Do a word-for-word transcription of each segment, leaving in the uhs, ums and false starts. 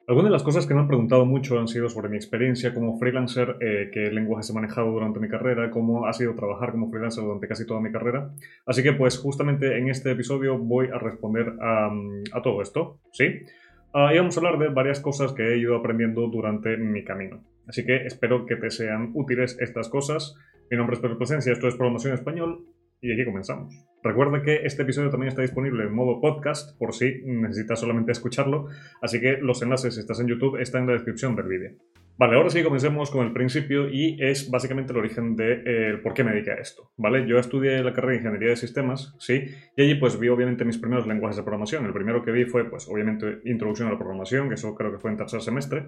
Algunas de las cosas que me han preguntado mucho han sido sobre mi experiencia como freelancer, eh, qué lenguajes he manejado durante mi carrera, cómo ha sido trabajar como freelancer durante casi toda mi carrera. Así que pues justamente en este episodio voy a responder a, a todo esto, ¿sí? Ah, y vamos a hablar de varias cosas que he ido aprendiendo durante mi camino. Así que espero que te sean útiles estas cosas. Mi nombre es Pedro Plasencia, esto es Programación en Español y aquí comenzamos. Recuerda que este episodio también está disponible en modo podcast por si necesitas solamente escucharlo. Así que los enlaces, si estás en YouTube, están en la descripción del vídeo. Vale, ahora sí comencemos con el principio y es básicamente el origen de eh, por qué me dediqué a esto, ¿vale? Yo estudié la carrera de Ingeniería de Sistemas, sí, y allí pues vi obviamente mis primeros lenguajes de programación. El primero que vi fue pues obviamente Introducción a la Programación, que eso creo que fue en tercer semestre,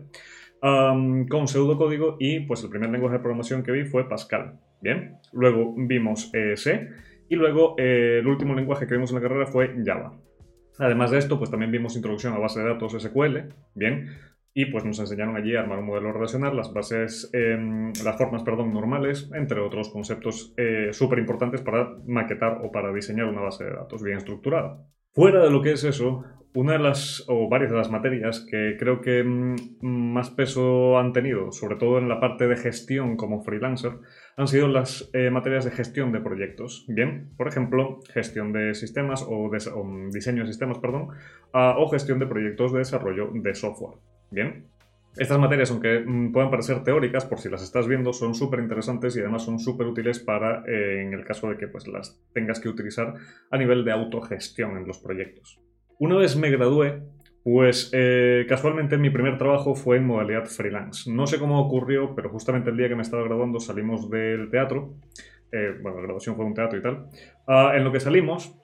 um, con pseudocódigo y pues el primer lenguaje de programación que vi fue Pascal, ¿bien? Luego vimos eh, C y luego eh, el último lenguaje que vimos en la carrera fue Java. Además de esto, pues también vimos introducción a base de datos S Q L, bien, y pues nos enseñaron allí a armar un modelo relacional, las bases, eh, las formas, perdón, normales, entre otros conceptos eh, súper importantes para maquetar o para diseñar una base de datos bien estructurada. Fuera de lo que es eso, una de las, o varias de las materias que creo que mm, más peso han tenido, sobre todo en la parte de gestión como freelancer, han sido las eh, materias de gestión de proyectos. Bien, por ejemplo, gestión de sistemas o, de, o mm, diseño de sistemas, perdón, uh, o gestión de proyectos de desarrollo de software. Bien. Estas materias, aunque mm, puedan parecer teóricas, por si las estás viendo, son súper interesantes y además son súper útiles para, eh, en el caso de que pues, las tengas que utilizar a nivel de autogestión en los proyectos. Una vez me gradué, pues eh, casualmente mi primer trabajo fue en modalidad freelance. No sé cómo ocurrió, pero justamente el día que me estaba graduando salimos del teatro. Eh, bueno, la graduación fue un teatro y tal. Uh, en lo que salimos,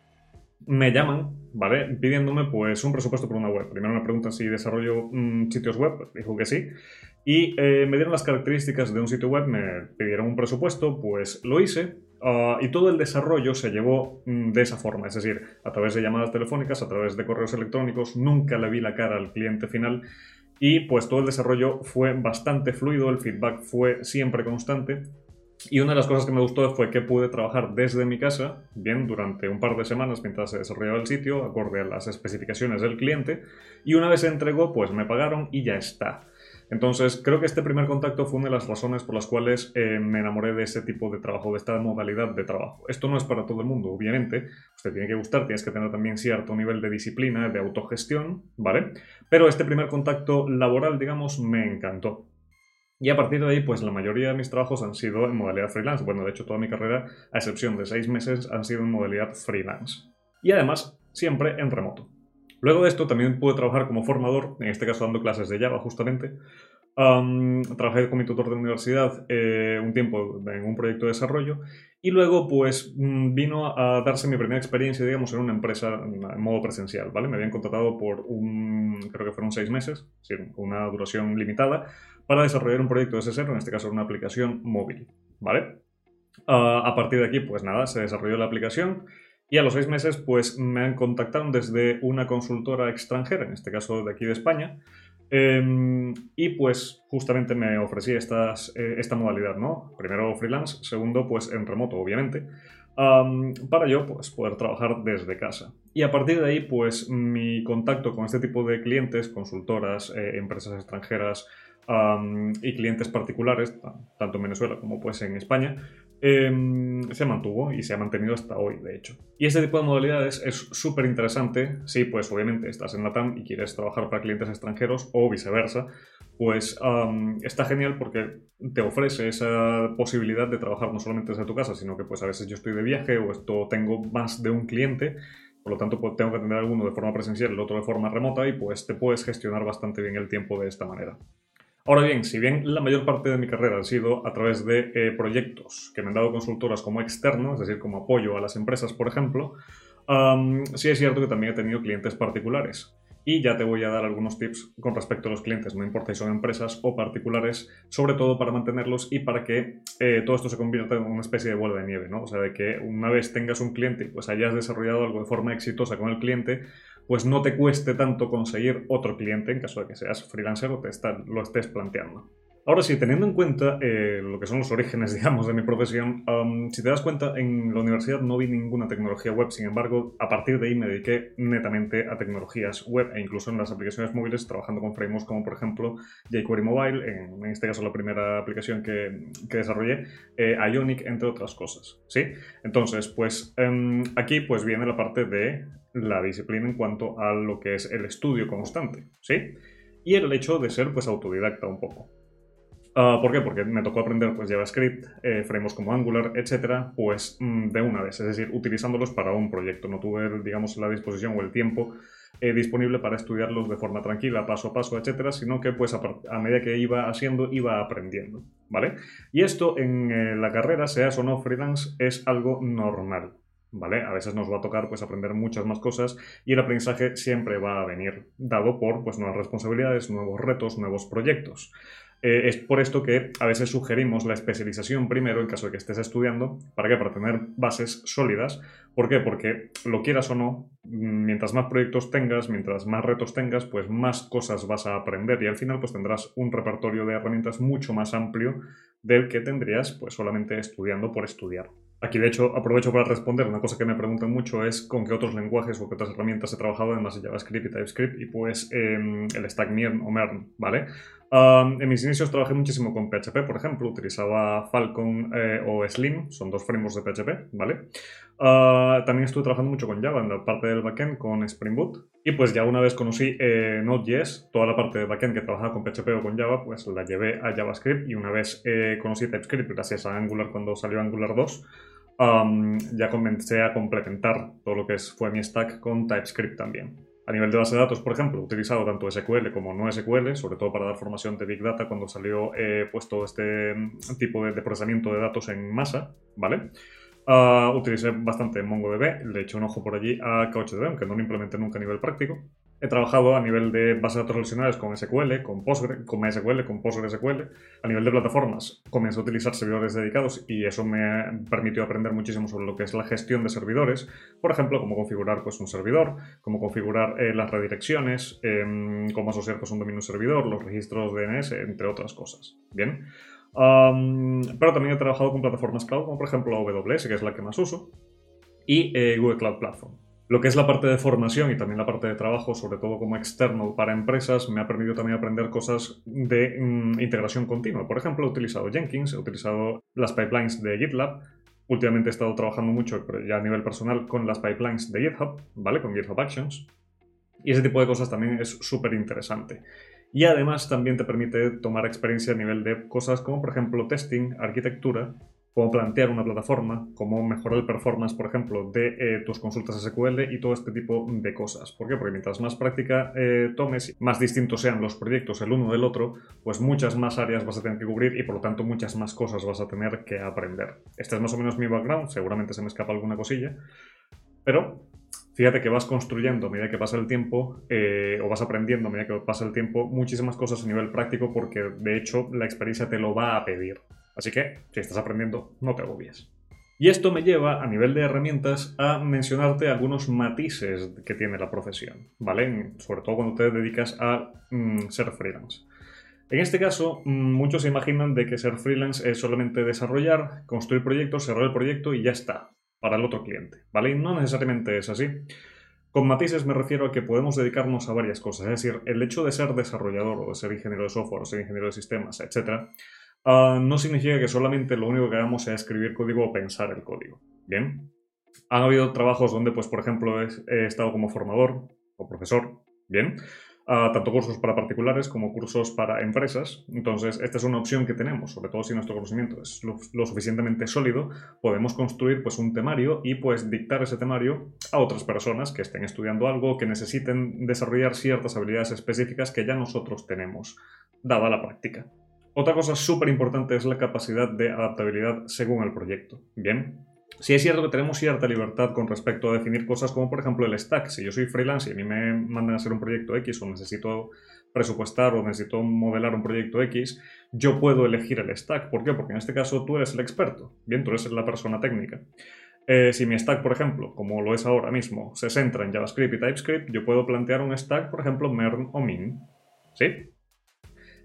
me llaman, ¿vale? Pidiéndome pues un presupuesto por una web. Primero me preguntan si desarrollo mmm, sitios web, pues, dijo que sí. Y eh, me dieron las características de un sitio web, me pidieron un presupuesto, pues lo hice. Uh, y todo el desarrollo se llevó mm, de esa forma, es decir, a través de llamadas telefónicas, a través de correos electrónicos, nunca le vi la cara al cliente final y pues todo el desarrollo fue bastante fluido, el feedback fue siempre constante. Y una de las cosas que me gustó fue que pude trabajar desde mi casa, bien, durante un par de semanas mientras se desarrollaba el sitio, acorde a las especificaciones del cliente, y una vez se entregó, pues me pagaron y ya está. Entonces, creo que este primer contacto fue una de las razones por las cuales eh, me enamoré de ese tipo de trabajo, de esta modalidad de trabajo. Esto no es para todo el mundo, obviamente. Usted tiene que gustar, tienes que tener también cierto nivel de disciplina, de autogestión, ¿vale? Pero este primer contacto laboral, digamos, me encantó. Y a partir de ahí, pues la mayoría de mis trabajos han sido en modalidad freelance. Bueno, de hecho, toda mi carrera, a excepción de seis meses, han sido en modalidad freelance. Y además, siempre en remoto. Luego de esto, también pude trabajar como formador, en este caso dando clases de Java, justamente. Um, trabajé como tutor de universidad eh, un tiempo en un proyecto de desarrollo y luego pues mm, vino a darse mi primera experiencia, digamos, en una empresa en modo presencial, ¿vale? Me habían contratado por un, creo que fueron seis meses, es decir, una duración limitada, para desarrollar un proyecto desde cero, en este caso una aplicación móvil, ¿vale? Uh, a partir de aquí, pues nada, se desarrolló la aplicación y a los seis meses, pues me han contactado desde una consultora extranjera, en este caso de aquí de España, eh, y pues justamente me ofrecí estas, eh, esta modalidad, ¿no? Primero freelance, segundo pues en remoto, obviamente, um, para yo pues poder trabajar desde casa. Y a partir de ahí, pues mi contacto con este tipo de clientes, consultoras, eh, empresas extranjeras, Um, y clientes particulares, tanto en Venezuela como pues en España, eh, se mantuvo y se ha mantenido hasta hoy, de hecho. Y este tipo de modalidades es súper interesante si, pues obviamente, estás en LATAM y quieres trabajar para clientes extranjeros o viceversa, pues um, está genial porque te ofrece esa posibilidad de trabajar no solamente desde tu casa, sino que pues a veces yo estoy de viaje o esto tengo más de un cliente. Por lo tanto, pues, tengo que atender a alguno de forma presencial y el otro de forma remota y pues te puedes gestionar bastante bien el tiempo de esta manera. Ahora bien, si bien la mayor parte de mi carrera ha sido a través de eh, proyectos que me han dado consultoras como externo, es decir, como apoyo a las empresas, por ejemplo, um, sí es cierto que también he tenido clientes particulares. Y ya te voy a dar algunos tips con respecto a los clientes, no importa si son empresas o particulares, sobre todo para mantenerlos y para que eh, todo esto se convierta en una especie de bola de nieve, ¿no? O sea, de que una vez tengas un cliente y pues hayas desarrollado algo de forma exitosa con el cliente, pues no te cueste tanto conseguir otro cliente en caso de que seas freelancer o te está, lo estés planteando. Ahora sí, teniendo en cuenta eh, lo que son los orígenes, digamos, de mi profesión, um, si te das cuenta, en la universidad no vi ninguna tecnología web. Sin embargo, a partir de ahí me dediqué netamente a tecnologías web e incluso en las aplicaciones móviles, trabajando con frameworks como, por ejemplo, jQuery Mobile, en, en este caso la primera aplicación que, que desarrollé, eh, Ionic, entre otras cosas, ¿sí? Entonces, pues um, aquí pues viene la parte de la disciplina en cuanto a lo que es el estudio constante, ¿sí? Y el hecho de ser, pues, autodidacta un poco. Uh, ¿Por qué? Porque me tocó aprender pues, JavaScript, eh, frameworks como Angular, etcétera, pues mm, de una vez, es decir, utilizándolos para un proyecto. No tuve, digamos, la disposición o el tiempo eh, disponible para estudiarlos de forma tranquila, paso a paso, etcétera, sino que pues a, a medida que iba haciendo, iba aprendiendo, ¿vale? Y esto en eh, la carrera, seas o no freelance, es algo normal. ¿Vale? A veces nos va a tocar pues, aprender muchas más cosas y el aprendizaje siempre va a venir dado por pues, nuevas responsabilidades, nuevos retos, nuevos proyectos. Eh, es por esto que a veces sugerimos la especialización primero en caso de que estés estudiando. ¿Para qué? Para tener bases sólidas. ¿Por qué? Porque lo quieras o no, mientras más proyectos tengas, mientras más retos tengas, pues más cosas vas a aprender y al final pues tendrás un repertorio de herramientas mucho más amplio del que tendrías pues solamente estudiando por estudiar. Aquí, de hecho, aprovecho para responder. Una cosa que me preguntan mucho es con qué otros lenguajes o qué otras herramientas he trabajado, además de JavaScript y TypeScript, y pues eh, el stack Mirn o Mern, ¿vale? Um, en mis inicios trabajé muchísimo con P H P, por ejemplo. Utilizaba Falcon eh, o Slim, son dos frameworks de P H P, ¿vale? Uh, también estuve trabajando mucho con Java en la parte del backend con Spring Boot. Y pues ya una vez conocí eh, Node.js, toda la parte de backend que trabajaba con P H P o con Java, pues la llevé a JavaScript. Y una vez eh, conocí TypeScript gracias a Angular cuando salió Angular dos, Um, ya comencé a complementar todo lo que es, fue mi stack con TypeScript también. A nivel de base de datos, por ejemplo, he utilizado tanto S Q L como no S Q L, sobre todo para dar formación de Big Data cuando salió eh, pues todo este tipo de, de procesamiento de datos en masa, ¿vale? Uh, utilicé bastante MongoDB, le eché un ojo por allí a CouchDB, aunque no lo implementé nunca a nivel práctico. He trabajado a nivel de bases de datos relacionales con S Q L, con Postgre, con MySQL, con PostgreSQL. A nivel de plataformas, comencé a utilizar servidores dedicados y eso me permitió aprender muchísimo sobre lo que es la gestión de servidores. Por ejemplo, cómo configurar pues, un servidor, cómo configurar eh, las redirecciones, eh, cómo asociar pues, un dominio servidor, los registros D N S, entre otras cosas. Bien. Um, pero también he trabajado con plataformas cloud, como por ejemplo A W S, que es la que más uso, y eh, Google Cloud Platform. Lo que es la parte de formación y también la parte de trabajo, sobre todo como externo para empresas, me ha permitido también aprender cosas de mm, integración continua. Por ejemplo, he utilizado Jenkins, he utilizado las pipelines de GitLab. Últimamente he estado trabajando mucho, pero ya a nivel personal, con las pipelines de GitHub, ¿vale? Con GitHub Actions. Y ese tipo de cosas también es súper interesante. Y además también te permite tomar experiencia a nivel de cosas como, por ejemplo, testing, arquitectura, cómo plantear una plataforma, cómo mejorar el performance, por ejemplo, de eh, tus consultas S Q L y todo este tipo de cosas. ¿Por qué? Porque mientras más práctica eh, tomes, más distintos sean los proyectos el uno del otro, pues muchas más áreas vas a tener que cubrir y por lo tanto muchas más cosas vas a tener que aprender. Este es más o menos mi background, seguramente se me escapa alguna cosilla, pero fíjate que vas construyendo a medida que pasa el tiempo, eh, o vas aprendiendo a medida que pasa el tiempo, muchísimas cosas a nivel práctico porque de hecho la experiencia te lo va a pedir. Así que, si estás aprendiendo, no te agobies. Y esto me lleva, a nivel de herramientas, a mencionarte algunos matices que tiene la profesión, ¿vale? Sobre todo cuando te dedicas a mm, ser freelance. En este caso, mm, muchos se imaginan de que ser freelance es solamente desarrollar, construir proyectos, cerrar el proyecto y ya está, para el otro cliente, ¿vale? Y no necesariamente es así. Con matices me refiero a que podemos dedicarnos a varias cosas, es decir, el hecho de ser desarrollador o de ser ingeniero de software o ser ingeniero de sistemas, etcétera, Uh, no significa que solamente lo único que hagamos sea escribir código o pensar el código. Bien. Han habido trabajos donde, pues, por ejemplo, he, he estado como formador o profesor. Bien. Uh, tanto cursos para particulares como cursos para empresas. Entonces, esta es una opción que tenemos, sobre todo si nuestro conocimiento es lo, lo suficientemente sólido, podemos construir pues, un temario y pues dictar ese temario a otras personas que estén estudiando algo, que necesiten desarrollar ciertas habilidades específicas que ya nosotros tenemos, dada la práctica. Otra cosa súper importante es la capacidad de adaptabilidad según el proyecto. Bien, sí es cierto que tenemos cierta libertad con respecto a definir cosas como por ejemplo el stack. Si yo soy freelance y a mí me mandan a hacer un proyecto X o necesito presupuestar o necesito modelar un proyecto X, yo puedo elegir el stack. ¿Por qué? Porque en este caso tú eres el experto. Bien, tú eres la persona técnica. Eh, si mi stack, por ejemplo, como lo es ahora mismo, se centra en JavaScript y TypeScript, yo puedo plantear un stack, por ejemplo, Mern o Min. ¿Sí?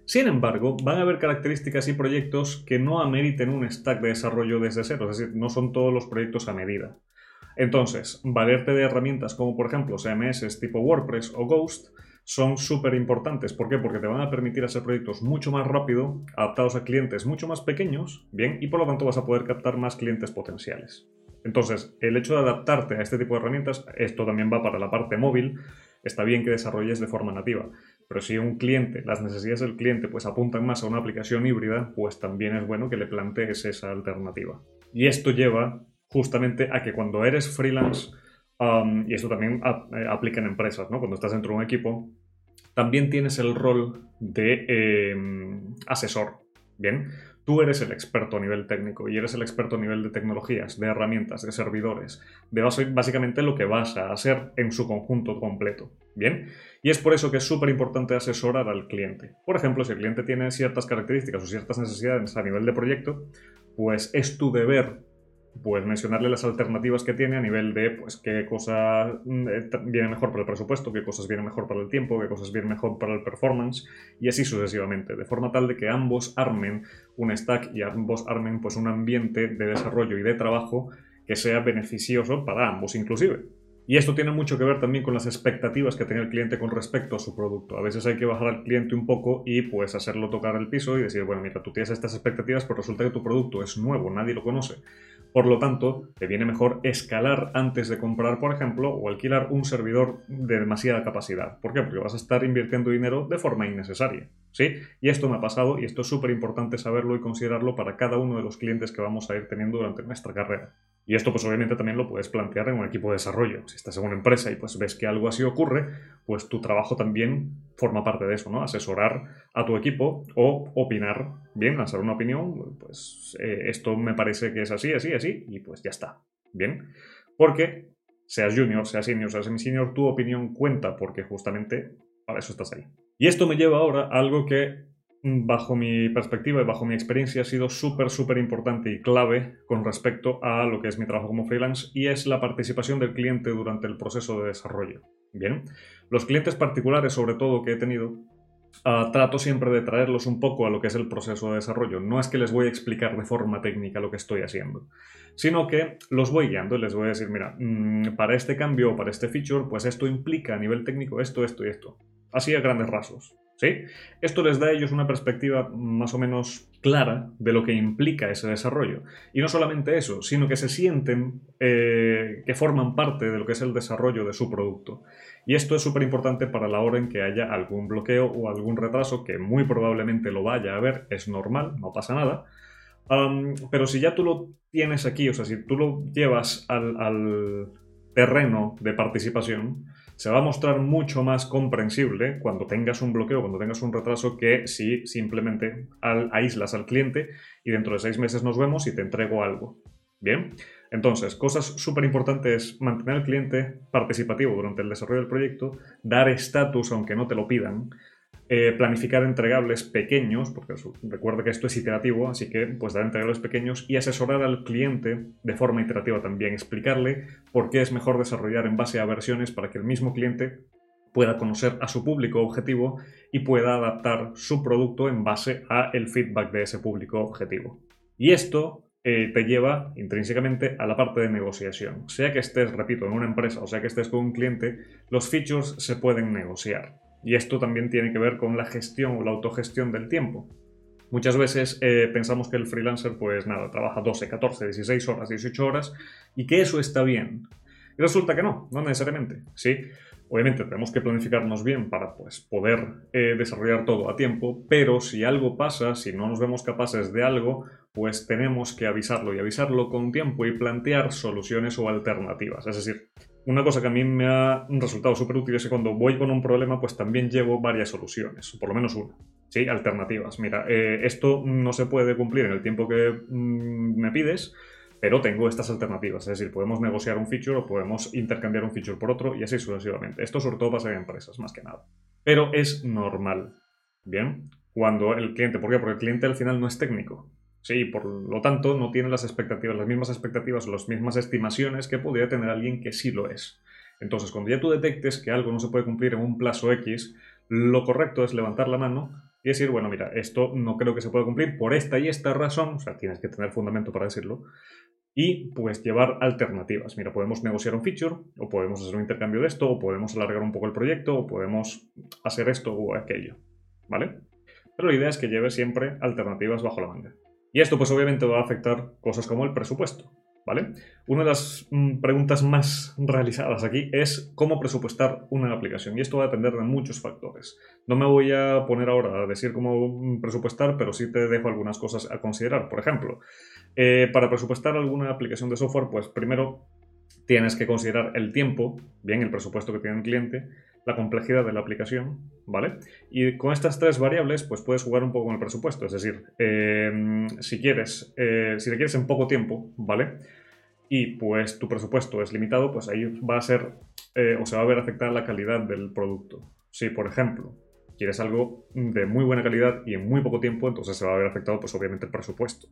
Sin embargo, van a haber características y proyectos que no ameriten un stack de desarrollo desde cero, es decir, no son todos los proyectos a medida. Entonces, valerte de herramientas como por ejemplo C M S tipo WordPress o Ghost son súper importantes. ¿Por qué? Porque te van a permitir hacer proyectos mucho más rápido, adaptados a clientes mucho más pequeños, bien, y por lo tanto vas a poder captar más clientes potenciales. Entonces, el hecho de adaptarte a este tipo de herramientas, esto también va para la parte móvil, está bien que desarrolles de forma nativa, pero si un cliente, las necesidades del cliente pues apuntan más a una aplicación híbrida, pues también es bueno que le plantees esa alternativa. Y esto lleva justamente a que cuando eres freelance, Um, y esto también ap eh, aplica en empresas, ¿no? Cuando estás dentro de un equipo, también tienes el rol de eh, asesor, ¿bien? Tú eres el experto a nivel técnico y eres el experto a nivel de tecnologías, de herramientas, de servidores, de básicamente lo que vas a hacer en su conjunto completo, ¿bien? Y es por eso que es súper importante asesorar al cliente. Por ejemplo, si el cliente tiene ciertas características o ciertas necesidades a nivel de proyecto, pues es tu deber pues mencionarle las alternativas que tiene a nivel de pues qué cosa viene mejor para el presupuesto, qué cosas vienen mejor para el tiempo, qué cosas vienen mejor para el performance y así sucesivamente, de forma tal de que ambos armen un stack y ambos armen pues un ambiente de desarrollo y de trabajo que sea beneficioso para ambos inclusive. Y esto tiene mucho que ver también con las expectativas que tiene el cliente con respecto a su producto. A veces hay que bajar al cliente un poco y pues hacerlo tocar el piso y decir, bueno, mira, tú tienes estas expectativas, pero resulta que tu producto es nuevo, nadie lo conoce. Por lo tanto, te viene mejor escalar antes de comprar, por ejemplo, o alquilar un servidor de demasiada capacidad. ¿Por qué? Porque vas a estar invirtiendo dinero de forma innecesaria, ¿sí? Y esto me ha pasado y esto es súper importante saberlo y considerarlo para cada uno de los clientes que vamos a ir teniendo durante nuestra carrera. Y esto pues obviamente también lo puedes plantear en un equipo de desarrollo. Si estás en una empresa y pues ves que algo así ocurre, pues tu trabajo también forma parte de eso, ¿no? Asesorar a tu equipo o opinar, bien, lanzar una opinión, pues eh, esto me parece que es así, así, así, y pues ya está, ¿bien? Porque seas junior, seas senior, seas semi-senior, tu opinión cuenta porque justamente para eso estás ahí. Y esto me lleva ahora a algo que bajo mi perspectiva y bajo mi experiencia ha sido súper, súper importante y clave con respecto a lo que es mi trabajo como freelance y es la participación del cliente durante el proceso de desarrollo. Bien, los clientes particulares sobre todo que he tenido, uh, trato siempre de traerlos un poco a lo que es el proceso de desarrollo. No es que les voy a explicar de forma técnica lo que estoy haciendo, sino que los voy guiando y les voy a decir, mira, mmm, para este cambio o para este feature, pues esto implica a nivel técnico esto, esto y esto. Así a grandes rasgos. ¿Sí? Esto les da a ellos una perspectiva más o menos clara de lo que implica ese desarrollo. Y no solamente eso, sino que se sienten eh, que forman parte de lo que es el desarrollo de su producto. Y esto es súper importante para la hora en que haya algún bloqueo o algún retraso, que muy probablemente lo vaya a haber, es normal, no pasa nada. Um, pero si ya tú lo tienes aquí, o sea, si tú lo llevas al, al terreno de participación, se va a mostrar mucho más comprensible cuando tengas un bloqueo, cuando tengas un retraso, que si simplemente al, aíslas al cliente y dentro de seis meses nos vemos y te entrego algo. Bien, entonces, cosas súper importantes: mantener al cliente participativo durante el desarrollo del proyecto, dar estatus aunque no te lo pidan, Eh, planificar entregables pequeños, porque recuerda que esto es iterativo, así que pues dar entregables pequeños y asesorar al cliente de forma iterativa también, explicarle por qué es mejor desarrollar en base a versiones para que el mismo cliente pueda conocer a su público objetivo y pueda adaptar su producto en base a el feedback de ese público objetivo. Y esto eh, te lleva intrínsecamente a la parte de negociación. Sea que estés, repito, en una empresa o sea que estés con un cliente, los features se pueden negociar. Y esto también tiene que ver con la gestión o la autogestión del tiempo. Muchas veces eh, pensamos que el freelancer, pues nada, trabaja doce, catorce, dieciséis horas, dieciocho horas y que eso está bien. Y resulta que no, no necesariamente, ¿sí? Obviamente tenemos que planificarnos bien para pues, poder eh, desarrollar todo a tiempo, pero si algo pasa, si no nos vemos capaces de algo, pues tenemos que avisarlo y avisarlo con tiempo y plantear soluciones o alternativas. Es decir, una cosa que a mí me ha resultado súper útil es que cuando voy con un problema, pues también llevo varias soluciones, o por lo menos una, ¿sí? Alternativas. Mira, eh, esto no se puede cumplir en el tiempo que mmm, me pides, pero tengo estas alternativas. Es decir, podemos negociar un feature o podemos intercambiar un feature por otro y así sucesivamente. Esto sobre todo pasa en empresas, más que nada. Pero es normal, ¿bien? Cuando el cliente, ¿por qué? Porque el cliente al final no es técnico. Sí, por lo tanto, no tiene las expectativas, las mismas expectativas o las mismas estimaciones que podría tener alguien que sí lo es. Entonces, cuando ya tú detectes que algo no se puede cumplir en un plazo X, lo correcto es levantar la mano y y decir, bueno, mira, esto no creo que se pueda cumplir por esta y esta razón, o sea, tienes que tener fundamento para decirlo, y pues llevar alternativas. Mira, podemos negociar un feature, o podemos hacer un intercambio de esto, o podemos alargar un poco el proyecto, o podemos hacer esto o aquello, ¿vale? Pero la idea es que lleves siempre alternativas bajo la manga. Y esto pues obviamente va a afectar cosas como el presupuesto, ¿vale? Una de las mm, preguntas más realizadas aquí es cómo presupuestar una aplicación, y esto va a depender de muchos factores. No me voy a poner ahora a decir cómo presupuestar, pero sí te dejo algunas cosas a considerar. Por ejemplo, eh, para presupuestar alguna aplicación de software, pues primero tienes que considerar el tiempo, bien, el presupuesto que tiene el cliente, la complejidad de la aplicación, ¿vale? Y con estas tres variables, pues puedes jugar un poco con el presupuesto. Es decir, eh, si quieres, eh, si le quieres en poco tiempo, ¿vale? Y pues tu presupuesto es limitado, pues ahí va a ser, eh, o se va a ver afectada la calidad del producto. Si, por ejemplo, quieres algo de muy buena calidad y en muy poco tiempo, entonces se va a ver afectado, pues obviamente el presupuesto.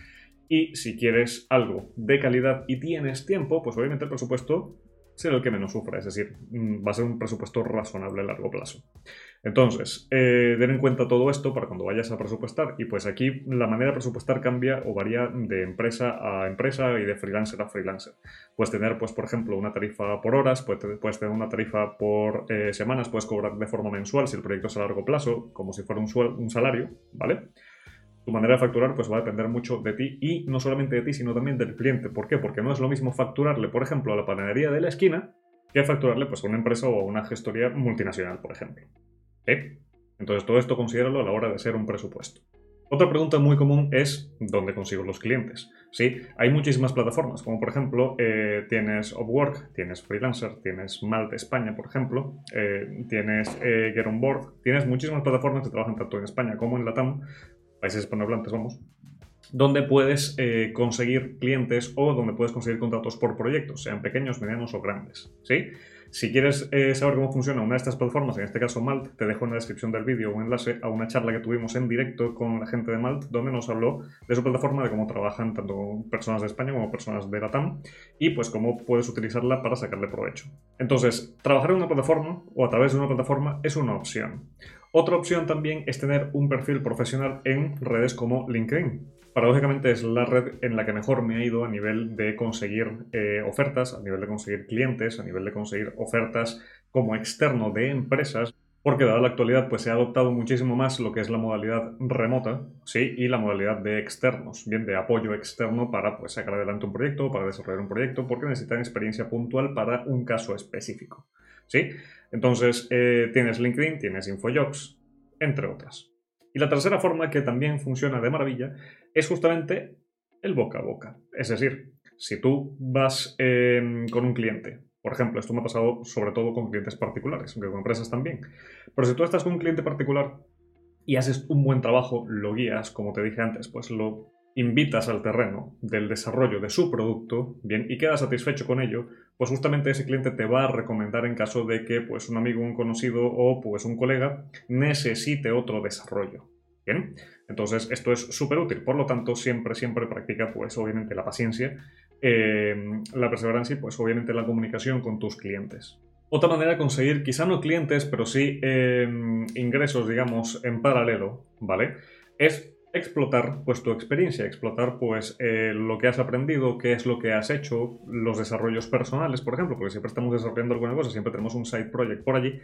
Y si quieres algo de calidad y tienes tiempo, pues obviamente el presupuesto será el que menos sufra, es decir, va a ser un presupuesto razonable a largo plazo. Entonces, eh, ten en cuenta todo esto para cuando vayas a presupuestar, y pues aquí la manera de presupuestar cambia o varía de empresa a empresa y de freelancer a freelancer. Puedes tener, pues, por ejemplo, una tarifa por horas, puedes, puedes tener una tarifa por eh, semanas, puedes cobrar de forma mensual si el proyecto es a largo plazo, como si fuera un, suel- un salario, ¿vale? Tu manera de facturar pues va a depender mucho de ti, y no solamente de ti, sino también del cliente. ¿Por qué? Porque no es lo mismo facturarle, por ejemplo, a la panadería de la esquina que facturarle pues, a una empresa o a una gestoría multinacional, por ejemplo. ¿Sí? Entonces todo esto considéralo a la hora de hacer un presupuesto. Otra pregunta muy común es ¿dónde consigo los clientes? Sí, hay muchísimas plataformas, como por ejemplo eh, tienes Upwork, tienes Freelancer, tienes Malt España, por ejemplo, eh, tienes eh, Get On Board, tienes muchísimas plataformas que trabajan tanto en España como en Latam, países hispanohablantes, vamos, donde puedes eh, conseguir clientes o donde puedes conseguir contratos por proyectos, sean pequeños, medianos o grandes, ¿sí? Si quieres eh, saber cómo funciona una de estas plataformas, en este caso Malt, te dejo en la descripción del vídeo un enlace a una charla que tuvimos en directo con la gente de Malt, donde nos habló de su plataforma, de cómo trabajan tanto personas de España como personas de Latam, y pues cómo puedes utilizarla para sacarle provecho. Entonces, trabajar en una plataforma o a través de una plataforma es una opción. Otra opción también es tener un perfil profesional en redes como LinkedIn. Paradójicamente es la red en la que mejor me ha ido a nivel de conseguir eh, ofertas, a nivel de conseguir clientes, a nivel de conseguir ofertas como externo de empresas, porque dada la actualidad pues se ha adoptado muchísimo más lo que es la modalidad remota, sí, y la modalidad de externos, bien de apoyo externo para pues sacar adelante un proyecto, para desarrollar un proyecto, porque necesitan experiencia puntual para un caso específico, ¿sí? Entonces eh, tienes LinkedIn, tienes InfoJobs, entre otras. Y la tercera forma, que también funciona de maravilla, es justamente el boca a boca. Es decir, si tú vas eh, con un cliente, por ejemplo, esto me ha pasado sobre todo con clientes particulares, aunque con empresas también, pero si tú estás con un cliente particular y haces un buen trabajo, lo guías, como te dije antes, pues lo invitas al terreno del desarrollo de su producto, bien, y quedas satisfecho con ello, pues justamente ese cliente te va a recomendar en caso de que pues un amigo, un conocido o pues un colega necesite otro desarrollo. Bien, entonces esto es súper útil, por lo tanto siempre, siempre practica pues obviamente la paciencia, eh, la perseverancia y pues obviamente la comunicación con tus clientes. Otra manera de conseguir, quizá no clientes, pero sí eh, ingresos, digamos, en paralelo, ¿vale? Es explotar pues tu experiencia, explotar pues eh, lo que has aprendido, qué es lo que has hecho, los desarrollos personales, por ejemplo, porque siempre estamos desarrollando alguna cosa, siempre tenemos un side project por allí.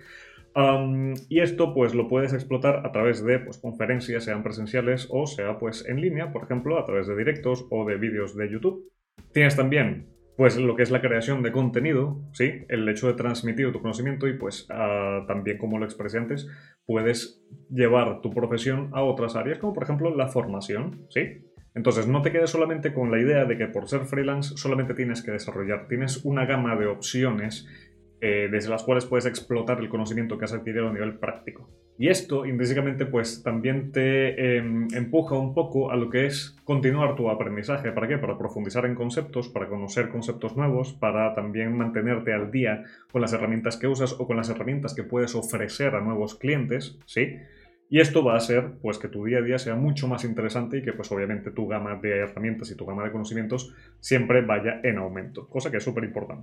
Um, y esto pues lo puedes explotar a través de pues, conferencias, sean presenciales o sea pues en línea, por ejemplo, a través de directos o de vídeos de YouTube. Tienes también pues lo que es la creación de contenido, ¿sí? El hecho de transmitir tu conocimiento y pues uh, también, como lo expresé antes, puedes llevar tu profesión a otras áreas, como por ejemplo la formación, ¿sí? Entonces no te quedes solamente con la idea de que por ser freelance solamente tienes que desarrollar. Tienes una gama de opciones eh, desde las cuales puedes explotar el conocimiento que has adquirido a nivel práctico. Y esto, intrínsecamente, pues también te eh, empuja un poco a lo que es continuar tu aprendizaje. ¿Para qué? Para profundizar en conceptos, para conocer conceptos nuevos, para también mantenerte al día con las herramientas que usas o con las herramientas que puedes ofrecer a nuevos clientes, ¿sí? Y esto va a hacer pues que tu día a día sea mucho más interesante y que pues obviamente tu gama de herramientas y tu gama de conocimientos siempre vaya en aumento, cosa que es súper importante.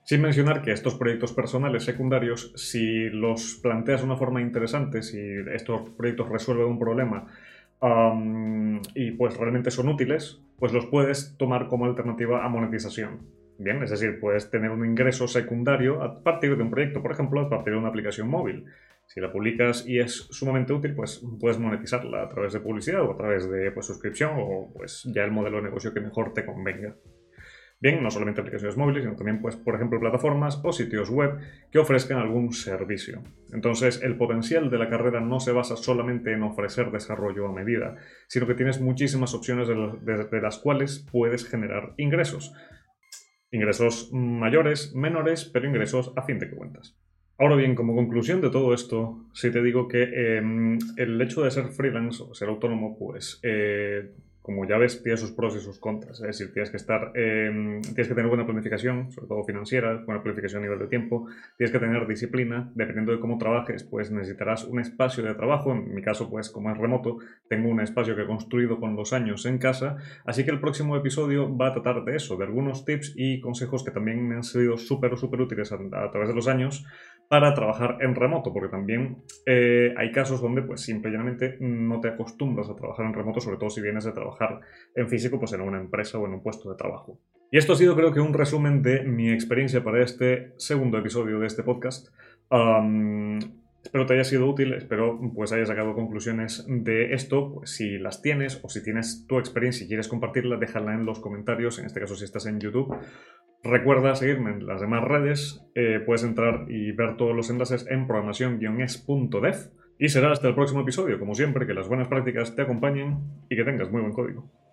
Sin mencionar que estos proyectos personales secundarios, si los planteas de una forma interesante, si estos proyectos resuelven un problema um, y pues realmente son útiles, pues los puedes tomar como alternativa a monetización. Bien, es decir, puedes tener un ingreso secundario a partir de un proyecto, por ejemplo, a partir de una aplicación móvil. Si la publicas y es sumamente útil, pues puedes monetizarla a través de publicidad o a través de pues, suscripción o pues ya el modelo de negocio que mejor te convenga. Bien, no solamente aplicaciones móviles, sino también, pues, por ejemplo, plataformas o sitios web que ofrezcan algún servicio. Entonces, el potencial de la carrera no se basa solamente en ofrecer desarrollo a medida, sino que tienes muchísimas opciones de, de, de las cuales puedes generar ingresos. Ingresos mayores, menores, pero ingresos a fin de cuentas. Ahora bien, como conclusión de todo esto, sí te digo que eh, el hecho de ser freelance o ser autónomo, pues, eh, como ya ves, tiene sus pros y sus contras. Es decir, tienes que estar, eh, tienes que tener buena planificación, sobre todo financiera, buena planificación a nivel de tiempo, tienes que tener disciplina, dependiendo de cómo trabajes, pues necesitarás un espacio de trabajo. En mi caso, pues, como es remoto, tengo un espacio que he construido con los años en casa, así que el próximo episodio va a tratar de eso, de algunos tips y consejos que también me han sido súper, súper útiles a, a través de los años para trabajar en remoto, porque también eh, hay casos donde pues simplemente no te acostumbras a trabajar en remoto, sobre todo si vienes de trabajar en físico, pues en una empresa o en un puesto de trabajo. Y esto ha sido, creo que, un resumen de mi experiencia para este segundo episodio de este podcast. Um, espero te haya sido útil, espero pues hayas sacado conclusiones de esto. Pues, si las tienes o si tienes tu experiencia y quieres compartirla, déjala en los comentarios, en este caso si estás en YouTube. Recuerda seguirme en las demás redes, eh, puedes entrar y ver todos los enlaces en programación es punto dev y será hasta el próximo episodio, como siempre, que las buenas prácticas te acompañen y que tengas muy buen código.